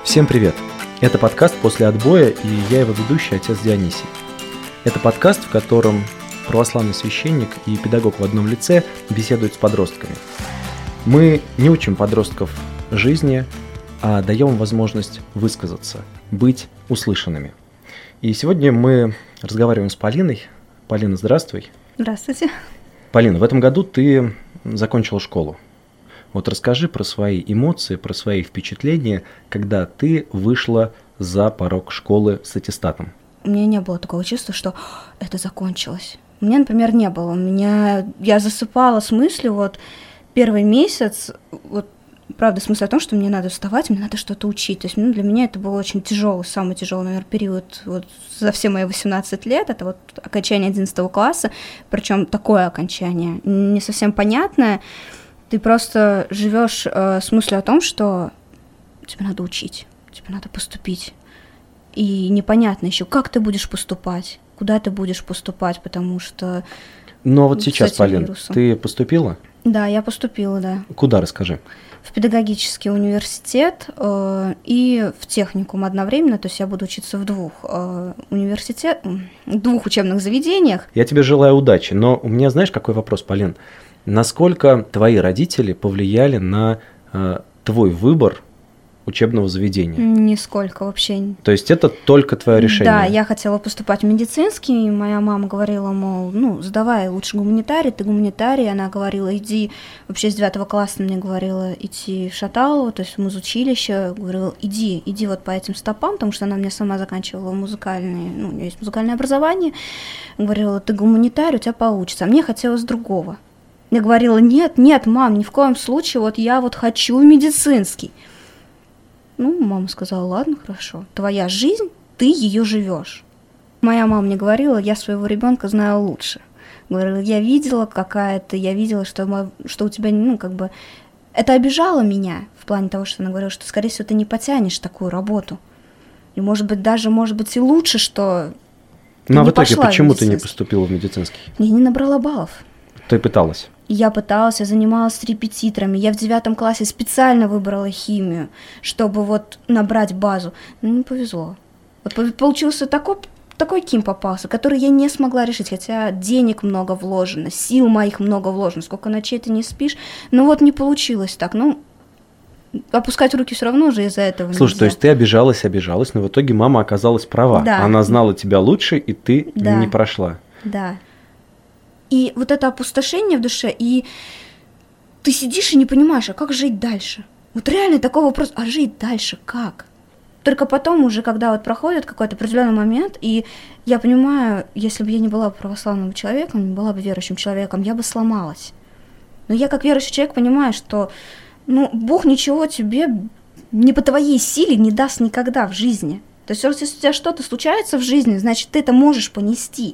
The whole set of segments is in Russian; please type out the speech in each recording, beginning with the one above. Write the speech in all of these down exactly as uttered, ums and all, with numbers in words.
Всем привет! Это подкаст «После отбоя», и я его ведущий, отец Дионисий. Это подкаст, в котором православный священник и педагог в одном лице беседуют с подростками. Мы не учим подростков жизни, а даем им возможность высказаться, быть услышанными. И сегодня мы разговариваем с Полиной. Полина, здравствуй. Здравствуйте. Полина, в этом году ты закончила школу. Вот расскажи про свои эмоции, про свои впечатления, когда ты вышла за порог школы с аттестатом. У меня не было такого чувства, что это закончилось. У меня, например, не было. У меня... Я засыпала с мыслью, вот первый месяц, вот правда, смысл в том, что мне надо вставать, мне надо что-то учить. То есть ну, для меня это был очень тяжелый, самый тяжелый, наверное, период вот, за все мои восемнадцать лет. Это вот окончание одиннадцатого класса, причем такое окончание, не совсем понятное. Ты просто живешь э, с мыслью о том, что тебе надо учить, тебе надо поступить. И непонятно еще, как ты будешь поступать, куда ты будешь поступать, потому что... Но вот сейчас, Полин, вирусом. Ты поступила? Да, я поступила, да. Куда, расскажи? В педагогический университет э, и в техникум одновременно, то есть я буду учиться в двух э, университетах, в двух учебных заведениях. Я тебе желаю удачи, но у меня, знаешь, какой вопрос, Полин? Насколько твои родители повлияли на э, твой выбор учебного заведения? Нисколько вообще. То есть это только твое решение? Да, я хотела поступать в медицинский, и моя мама говорила, мол, ну, сдавай лучше гуманитарий, ты гуманитарий. Она говорила, иди, вообще с девятого класса мне говорила идти в Шаталово, то есть в музучилище, говорила, иди, иди вот по этим стопам, потому что она мне сама заканчивала музыкальные, ну, у нее есть музыкальное образование, говорила, ты гуманитарий, у тебя получится, а мне хотелось другого. Я говорила, нет, нет, мам, ни в коем случае, вот я вот хочу медицинский. Ну, мама сказала, ладно, хорошо, твоя жизнь, ты ее живешь. Моя мама мне говорила, я своего ребенка знаю лучше. Говорила, я видела, какая ты, я видела, что, что у тебя, ну, как бы, это обижало меня в плане того, что она говорила, что, скорее всего, ты не потянешь такую работу. И, может быть, даже, может быть, и лучше, что ты Ну, а не в итоге пошла почему в ты не поступила в медицинский? Я не набрала баллов. Ты пыталась? Я пыталась, я занималась с репетиторами, я в девятом классе специально выбрала химию, чтобы вот набрать базу. Ну, не повезло. Вот получился такой, такой ким попался, который я не смогла решить, хотя денег много вложено, сил моих много вложено, сколько ночей ты не спишь, но вот не получилось так, ну, опускать руки все равно уже из-за этого Слушай, нельзя. То есть ты обижалась, обижалась, но в итоге мама оказалась права. Да. Она знала тебя лучше, и ты Да. не прошла. Да. И вот это опустошение в душе, и ты сидишь и не понимаешь, а как жить дальше? Вот реально такой вопрос, а жить дальше как? Только потом уже, когда вот проходит какой-то определенный момент, и я понимаю, если бы я не была православным человеком, не была бы верующим человеком, я бы сломалась. Но я как верующий человек понимаю, что ну, Бог ничего тебе не по твоей силе не даст никогда в жизни. То есть если у тебя что-то случается в жизни, значит, ты это можешь понести.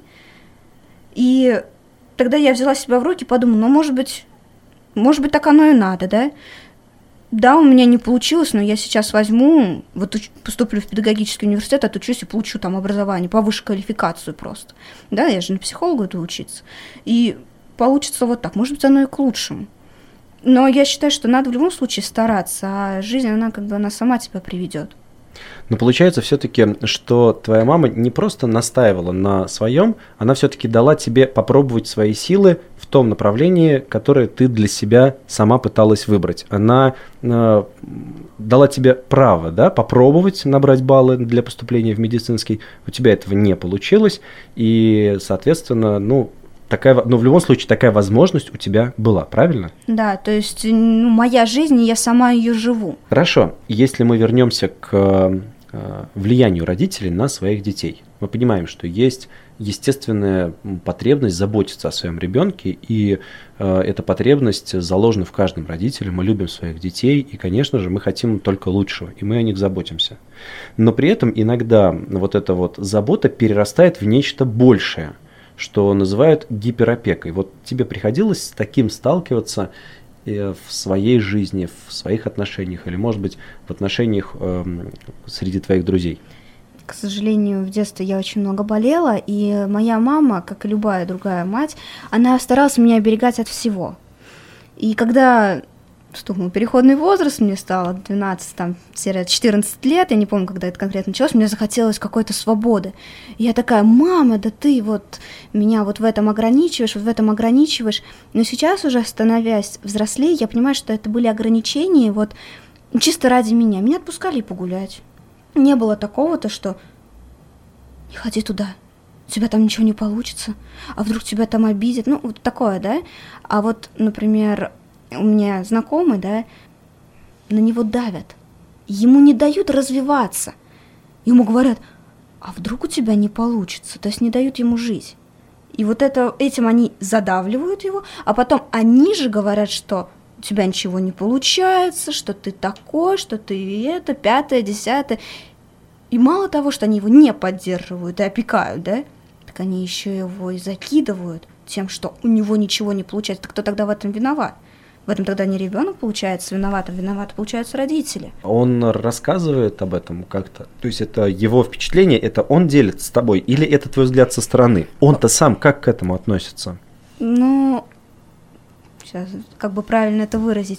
И тогда я взяла себя в руки, подумала, ну, может быть, может быть, так оно и надо, да? Да, у меня не получилось, но я сейчас возьму, вот поступлю в педагогический университет, отучусь и получу там образование, повышу квалификацию просто. Да, я же на психолога иду учиться. И получится вот так, может быть, оно и к лучшему. Но я считаю, что надо в любом случае стараться, а жизнь, она как бы, она сама тебя приведет. Но получается все-таки, что твоя мама не просто настаивала на своем, она все-таки дала тебе попробовать свои силы в том направлении, которое ты для себя сама пыталась выбрать. Она э, дала тебе право, да, попробовать набрать баллы для поступления в медицинский. У тебя этого не получилось, и, соответственно, ну, такая, ну, в любом случае, такая возможность у тебя была, правильно? Да, то есть ну, моя жизнь, я сама ее живу. Хорошо, если мы вернемся к э, влиянию родителей на своих детей, мы понимаем, что есть естественная потребность заботиться о своем ребенке, и э, эта потребность заложена в каждом родителе. Мы любим своих детей, и, конечно же, мы хотим только лучшего, и мы о них заботимся. Но при этом иногда вот эта вот забота перерастает в нечто большее, что называют гиперопекой. Вот тебе приходилось с таким сталкиваться в своей жизни, в своих отношениях, или, может быть, в отношениях э, среди твоих друзей? К сожалению, в детстве я очень много болела, и моя мама, как и любая другая мать, она старалась меня оберегать от всего. И когда стукнул переходный возраст, мне стало двенадцать-четырнадцать лет, я не помню, когда это конкретно началось, мне захотелось какой-то свободы. И я такая: мама, да ты вот меня вот в этом ограничиваешь, вот в этом ограничиваешь. Но сейчас уже, становясь взрослее, я понимаю, что это были ограничения вот чисто ради меня. Меня отпускали погулять. Не было такого-то, что не ходи туда, у тебя там ничего не получится, а вдруг тебя там обидят, ну, вот такое, да. А вот, например, у меня знакомый, да, на него давят, ему не дают развиваться, ему говорят: а вдруг у тебя не получится, то есть не дают ему жить. И вот это, этим они задавливают его, а потом они же говорят, что у тебя ничего не получается, что ты такой, что ты это, пятое, десятое. И мало того, что они его не поддерживают и опекают, да, так они еще его и закидывают тем, что у него ничего не получается. Так кто тогда в этом виноват? В этом тогда не ребенок получается виноватым, виноваты, получаются родители. Он рассказывает об этом как-то? То есть это его впечатление, это он делится с тобой, или это твой взгляд со стороны? Он-то сам как к этому относится? Ну, сейчас, как бы правильно это выразить.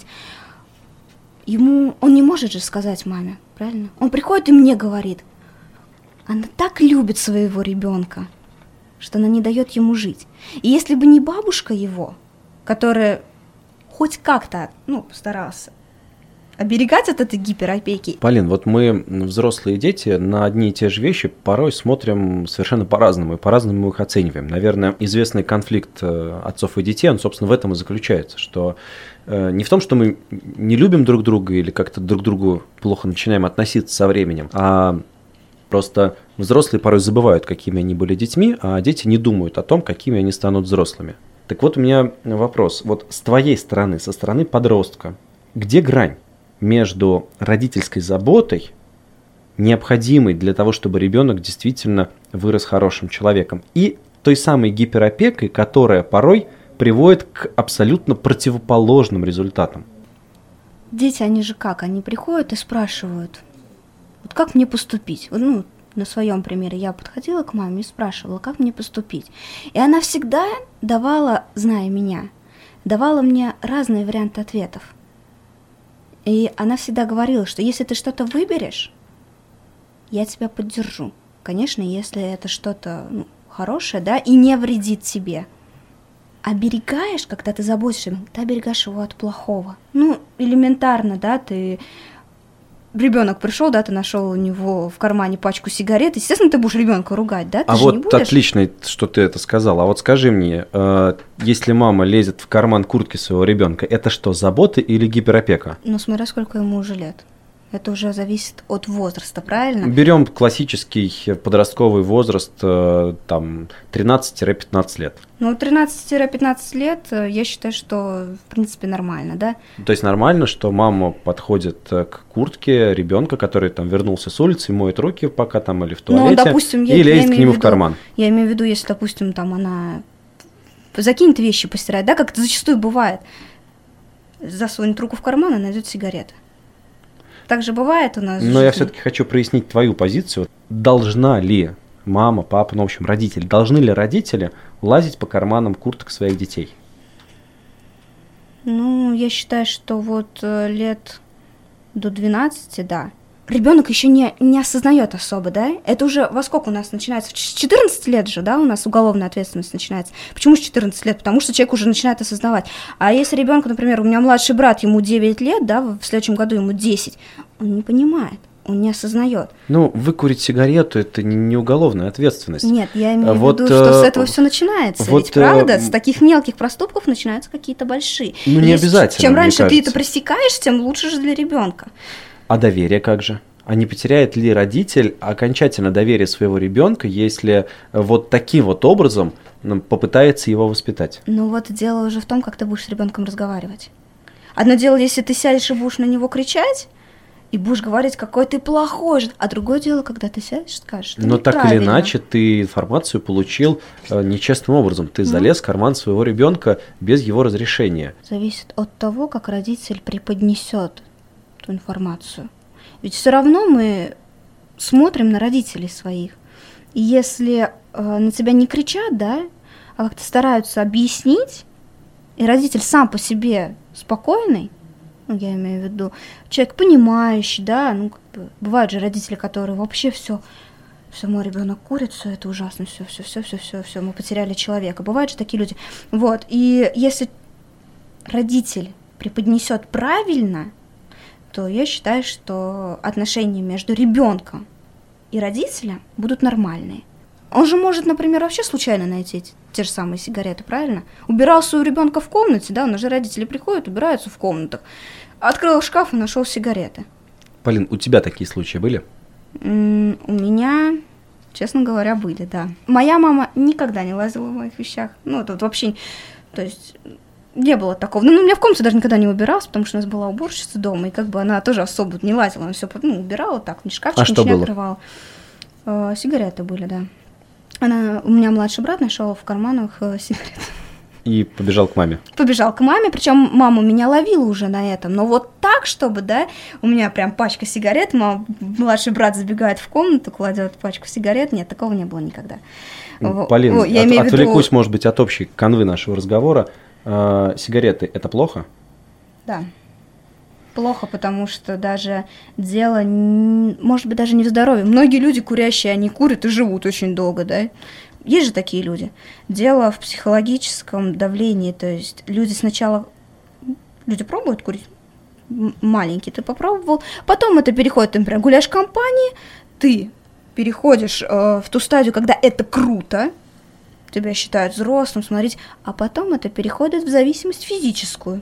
Ему, он не может же сказать маме, правильно? Он приходит и мне говорит: она так любит своего ребенка, что она не дает ему жить. И если бы не бабушка его, которая хоть как-то, ну, постарался оберегать от этой гиперопеки. Полин, вот мы, взрослые дети, на одни и те же вещи порой смотрим совершенно по-разному, и по-разному их оцениваем. Наверное, известный конфликт отцов и детей, он, собственно, в этом и заключается, что не в том, что мы не любим друг друга или как-то друг к другу плохо начинаем относиться со временем, а просто взрослые порой забывают, какими они были детьми, а дети не думают о том, какими они станут взрослыми. Так вот у меня вопрос. Вот с твоей стороны, со стороны подростка, где грань между родительской заботой, необходимой для того, чтобы ребенок действительно вырос хорошим человеком, и той самой гиперопекой, которая порой приводит к абсолютно противоположным результатам? Дети, они же как? Они приходят и спрашивают: вот как мне поступить? Ну, на своем примере я подходила к маме и спрашивала, как мне поступить. И она всегда давала, зная меня, давала мне разные варианты ответов. И она всегда говорила, что если ты что-то выберешь, я тебя поддержу. Конечно, если это что-то, ну, хорошее, да, и не вредит тебе. Оберегаешь, когда ты заботишься, ты оберегаешь его от плохого. Ну, элементарно, да, ты... Ребенок пришел, да, ты нашел у него в кармане пачку сигарет, естественно, ты будешь ребенка ругать, да? Ты а же вот не будешь... отлично, что ты это сказала. А вот скажи мне, э, если мама лезет в карман куртки своего ребенка, это что, забота или гиперопека? Ну, смотря сколько ему уже лет. Это уже зависит от возраста, правильно? Берем классический подростковый возраст, э, там, тринадцать-пятнадцать лет. Ну, тринадцать-пятнадцать лет, я считаю, что, в принципе, нормально, да? То есть нормально, что мама подходит к куртке ребенка, который там вернулся с улицы, моет руки пока там или в туалете, ну, допустим, я, и лезет я к нему в, виду, в карман. Я имею в виду, если, допустим, там она закинет вещи постирать, да, как это зачастую бывает, засунет руку в карман и найдет сигареты. Так же бывает у нас. Но я все-таки хочу прояснить твою позицию. Должна ли мама, папа, ну, в общем, родители, должны ли родители лазить по карманам курток своих детей? Ну, я считаю, что вот лет до двенадцати, да. Ребенок еще не, не осознает особо, да? Это уже во сколько у нас начинается? С четырнадцати лет же, да, у нас уголовная ответственность начинается. Почему с четырнадцати лет? Потому что человек уже начинает осознавать. А если ребенку, например, у меня младший брат, ему девять лет, да, в следующем году ему десять, он не понимает, он не осознает. Ну, выкурить сигарету – это не уголовная ответственность. Нет, я имею вот, в виду, что с этого все начинается. Вот, Ведь правда, с таких мелких проступков начинаются какие-то большие. Ну, не обязательно. Чем раньше мне ты это кажется. пресекаешь, тем лучше же для ребенка. А доверие как же? А не потеряет ли родитель окончательно доверие своего ребенка, если вот таким вот образом попытается его воспитать? Ну вот дело уже в том, как ты будешь с ребенком разговаривать. Одно дело, если ты сядешь и будешь на него кричать, и будешь говорить, какой ты плохой, а другое дело, когда ты сядешь и скажешь, что но так или иначе ты информацию получил э, нечестным образом. Ты залез mm. в карман своего ребенка без его разрешения. Зависит от того, как родитель преподнесет эту информацию. Ведь все равно мы смотрим на родителей своих. И если э, на тебя не кричат, да, а как-то стараются объяснить, и родитель сам по себе спокойный, ну, я имею в виду, человек понимающий, да, ну, как бы, бывают же родители, которые вообще все, все, мой ребенок курит, все это ужасно, все, все, все, все, все, все, мы потеряли человека. Бывают же такие люди. Вот, и если родитель преподнесет правильно, то я считаю, что отношения между ребенком и родителем будут нормальные. Он же может, например, вообще случайно найти эти, те же самые сигареты, правильно? Убирался у ребенка в комнате, да, у нас же родители приходят, убираются в комнатах. Открыл шкаф и нашел сигареты. Полин, у тебя такие случаи были? М- у меня, честно говоря, были, да. Моя мама никогда не лазила в моих вещах. Ну, тут вообще, то есть, не было такого. Ну, у меня в комнате даже никогда не убиралась, потому что у нас была уборщица дома, и как бы она тоже особо не лазила, она все, ну, убирала так, ни шкафчик, а ничего что не было? открывала. Э, сигареты были, да. Она, у меня младший брат нашел в карманах э, сигареты. И побежал к маме. Побежал к маме, причем мама меня ловила уже на этом, но вот так, чтобы, да, у меня прям пачка сигарет, мама, младший брат забегает в комнату, кладет пачку сигарет, нет, такого не было никогда. Полин, О, я от, имею в виду... отвлекусь, может быть, от общей канвы нашего разговора. Э, сигареты – это плохо? Да. Плохо, потому что даже дело, может быть, даже не в здоровье. Многие люди курящие, они курят и живут очень долго, да? Есть же такие люди. Дело в психологическом давлении, то есть люди сначала, люди пробуют курить, маленький ты попробовал, потом это переходит, ты, например, гуляешь в компании, ты переходишь э, в ту стадию, когда это круто, тебя считают взрослым, смотреть, а потом это переходит в зависимость физическую,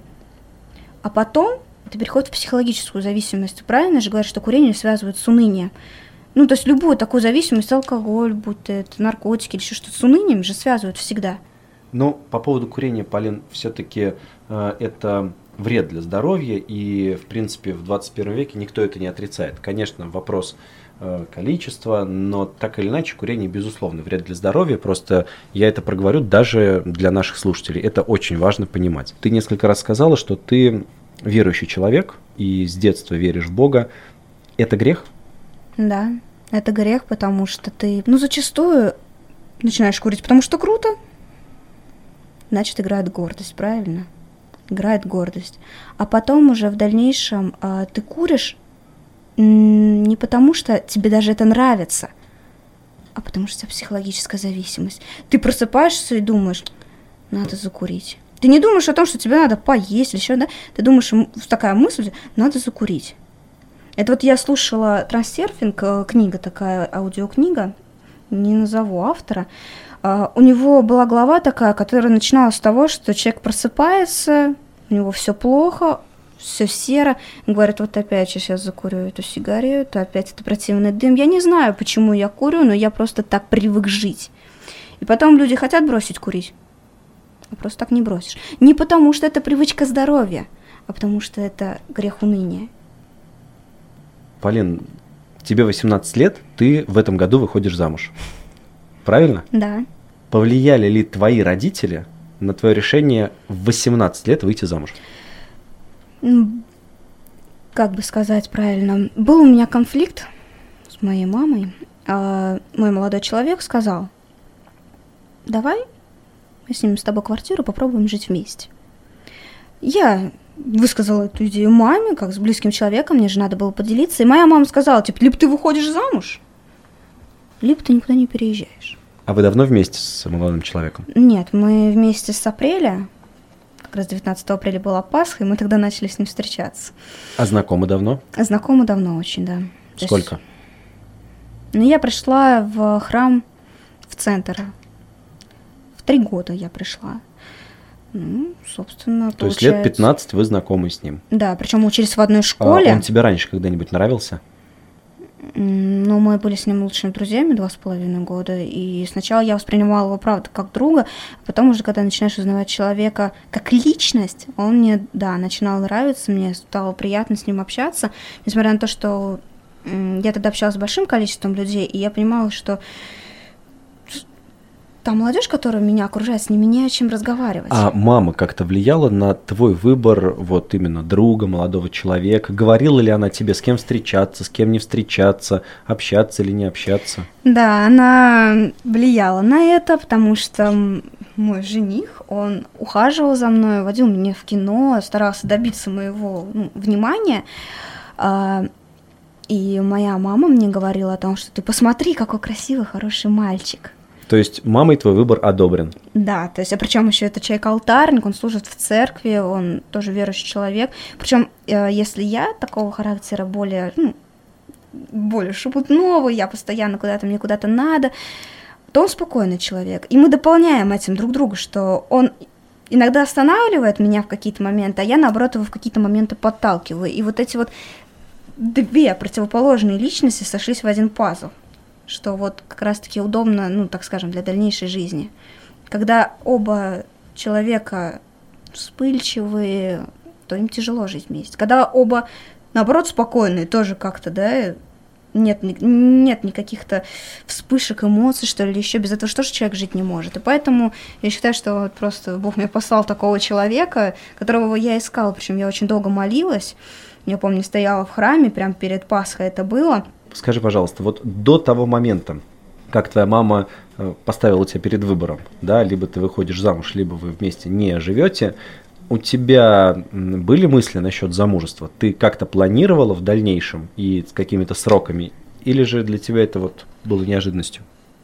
а потом это переходит в психологическую зависимость. Правильно же говорят, что курение связывают с унынием. Ну, то есть любую такую зависимость, алкоголь, будь это наркотики или еще что-то, с унынием же связывают всегда. Ну, по поводу курения, Полин, все-таки э, это вред для здоровья, и, в принципе, в двадцать первом веке никто это не отрицает. Конечно, вопрос э, количества, но так или иначе, курение, безусловно, вред для здоровья, просто я это проговорю даже для наших слушателей. Это очень важно понимать. Ты несколько раз сказала, что ты верующий человек и с детства веришь в Бога. Это грех? Да, это грех, потому что ты, ну, зачастую начинаешь курить, потому что круто. Значит, играет гордость, правильно? Играет гордость. А потом уже в дальнейшем а, ты куришь м- не потому, что тебе даже это нравится, а потому что у тебя психологическая зависимость. Ты просыпаешься и думаешь, надо закурить. Ты не думаешь о том, что тебе надо поесть или еще, да? Ты думаешь, такая мысль, надо закурить. Это вот я слушала «Трансерфинг», книга такая, аудиокнига, не назову автора. У него была глава такая, которая начиналась с того, что человек просыпается, у него все плохо, все серо. Он говорит, вот опять я сейчас закурю эту сигарету, опять это противный дым. Я не знаю, почему я курю, но я просто так привык жить. И потом люди хотят бросить курить, а просто так не бросишь. Не потому, что это привычка здоровья, а потому что это грех уныния. Полин, тебе восемнадцать лет, ты в этом году выходишь замуж. Правильно? Да. Повлияли ли твои родители на твое решение в восемнадцать лет выйти замуж? Как бы сказать правильно? Был у меня конфликт с моей мамой. А мой молодой человек сказал, давай мы снимем с тобой квартиру, попробуем жить вместе. Я высказала эту идею маме, как с близким человеком, мне же надо было поделиться. И моя мама сказала, типа, либо ты выходишь замуж, либо ты никуда не переезжаешь. А вы давно вместе с молодым человеком? Нет, мы вместе с апреля, как раз девятнадцатого апреля была Пасха, и мы тогда начали с ним встречаться. А знакомы давно? Знакомы давно очень, да. Сколько? То есть, ну, я пришла в храм в центр. В три года я пришла. Ну, собственно, То получается... есть лет пятнадцать вы знакомы с ним? Да, причем мы учились в одной школе. А он тебе раньше когда-нибудь нравился? Ну, мы были с ним лучшими друзьями два с половиной года, и сначала я воспринимала его, правда, как друга, а потом уже, когда начинаешь узнавать человека как личность, он мне, да, начинал нравиться, мне стало приятно с ним общаться, несмотря на то, что я тогда общалась с большим количеством людей, и я понимала, что та молодежь, которая меня окружает, с ними не о чем разговаривать. А мама как-то влияла на твой выбор вот именно друга, молодого человека? Говорила ли она тебе, с кем встречаться, с кем не встречаться, общаться или не общаться? Да, она влияла на это, потому что мой жених, он ухаживал за мной, водил меня в кино, старался добиться моего ну, внимания. И моя мама мне говорила о том, что ты посмотри, какой красивый, хороший мальчик. То есть мамой твой выбор одобрен? Да, то есть, а причем еще это человек-алтарник, он служит в церкви, он тоже верующий человек. Причем, если я такого характера более, ну, более шебутного, я постоянно куда-то, мне куда-то надо, то он спокойный человек. И мы дополняем этим друг друга, что он иногда останавливает меня в какие-то моменты, а я, наоборот, его в какие-то моменты подталкиваю. И вот эти вот две противоположные личности сошлись в один пазл, что вот как раз-таки удобно, ну, так скажем, для дальнейшей жизни. Когда оба человека вспыльчивые, то им тяжело жить вместе. Когда оба, наоборот, спокойные, тоже как-то, да, нет, нет никаких-то вспышек эмоций, что ли, еще без этого что же человек жить не может. И поэтому я считаю, что вот просто Бог мне послал такого человека, которого я искала, причем я очень долго молилась. Я помню, стояла в храме, прямо перед Пасхой это было. Скажи, пожалуйста, вот до того момента, как твоя мама поставила тебя перед выбором, да, либо ты выходишь замуж, либо вы вместе не живете, у тебя были мысли насчет замужества? Ты как-то планировала в дальнейшем и с какими-то сроками, или же для тебя это вот было неожиданностью?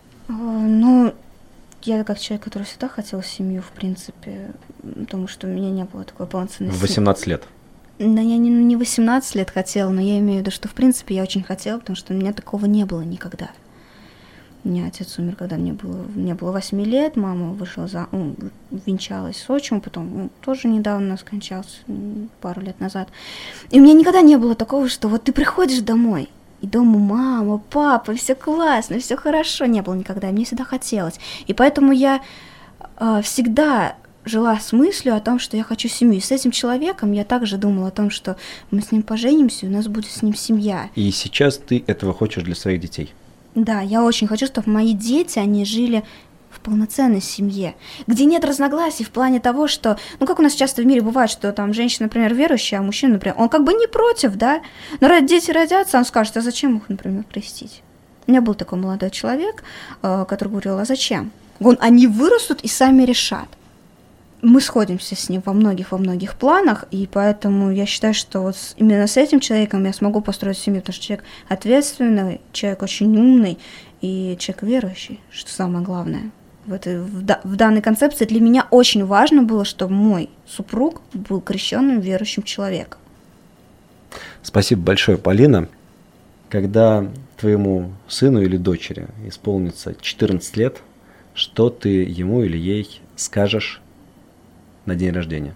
Ну, я как человек, который всегда хотел семью, в принципе, потому что у меня не было такой полноценной семьи. В восемнадцать лет? Да, я не, не восемнадцать лет хотела, но я имею в виду, что, в принципе, я очень хотела, потому что у меня такого не было никогда. У меня отец умер, когда мне было, мне было восемь лет, мама вышла за, ну, венчалась с отчимом, потом ну, тоже недавно скончался, пару лет назад. И у меня никогда не было такого, что вот ты приходишь домой, и дома мама, папа, все классно, все хорошо, не было никогда, мне всегда хотелось. И поэтому я э, всегда жила с мыслью о том, что я хочу семью. И с этим человеком я также думала о том, что мы с ним поженимся, и у нас будет с ним семья. И сейчас ты этого хочешь для своих детей? Да, я очень хочу, чтобы мои дети, они жили в полноценной семье, где нет разногласий в плане того, что, ну, как у нас часто в мире бывает, что там женщина, например, верующая, а мужчина, например, он как бы не против, да, но дети родятся, он скажет, а зачем их, например, крестить? У меня был такой молодой человек, который говорил, а зачем? Он, они вырастут и сами решат. Мы сходимся с ним во многих, во многих планах, и поэтому я считаю, что вот именно с этим человеком я смогу построить семью, потому что человек ответственный, человек очень умный и человек верующий, что самое главное. В, этой, в, в данной концепции для меня очень важно было, чтобы мой супруг был крещенным верующим человеком. Спасибо большое, Полина. Когда твоему сыну или дочери исполнится четырнадцать лет, что ты ему или ей скажешь на день рождения?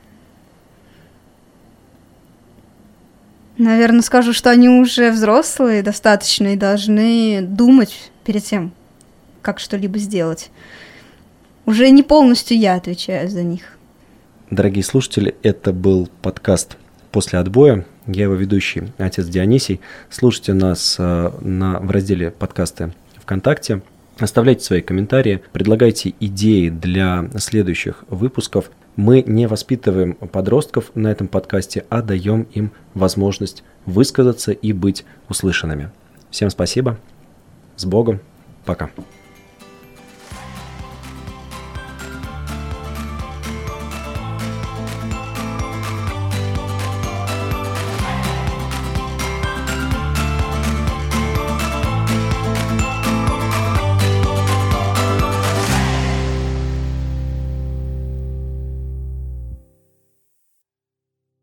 Наверное, скажу, что они уже взрослые достаточно и должны думать перед тем, как что-либо сделать. Уже не полностью я отвечаю за них. Дорогие слушатели, это был подкаст «После отбоя». Я его ведущий, отец Дионисий. Слушайте нас на, в разделе «Подкасты» ВКонтакте. Оставляйте свои комментарии, предлагайте идеи для следующих выпусков. Мы не воспитываем подростков на этом подкасте, а даем им возможность высказаться и быть услышанными. Всем спасибо. С Богом. Пока.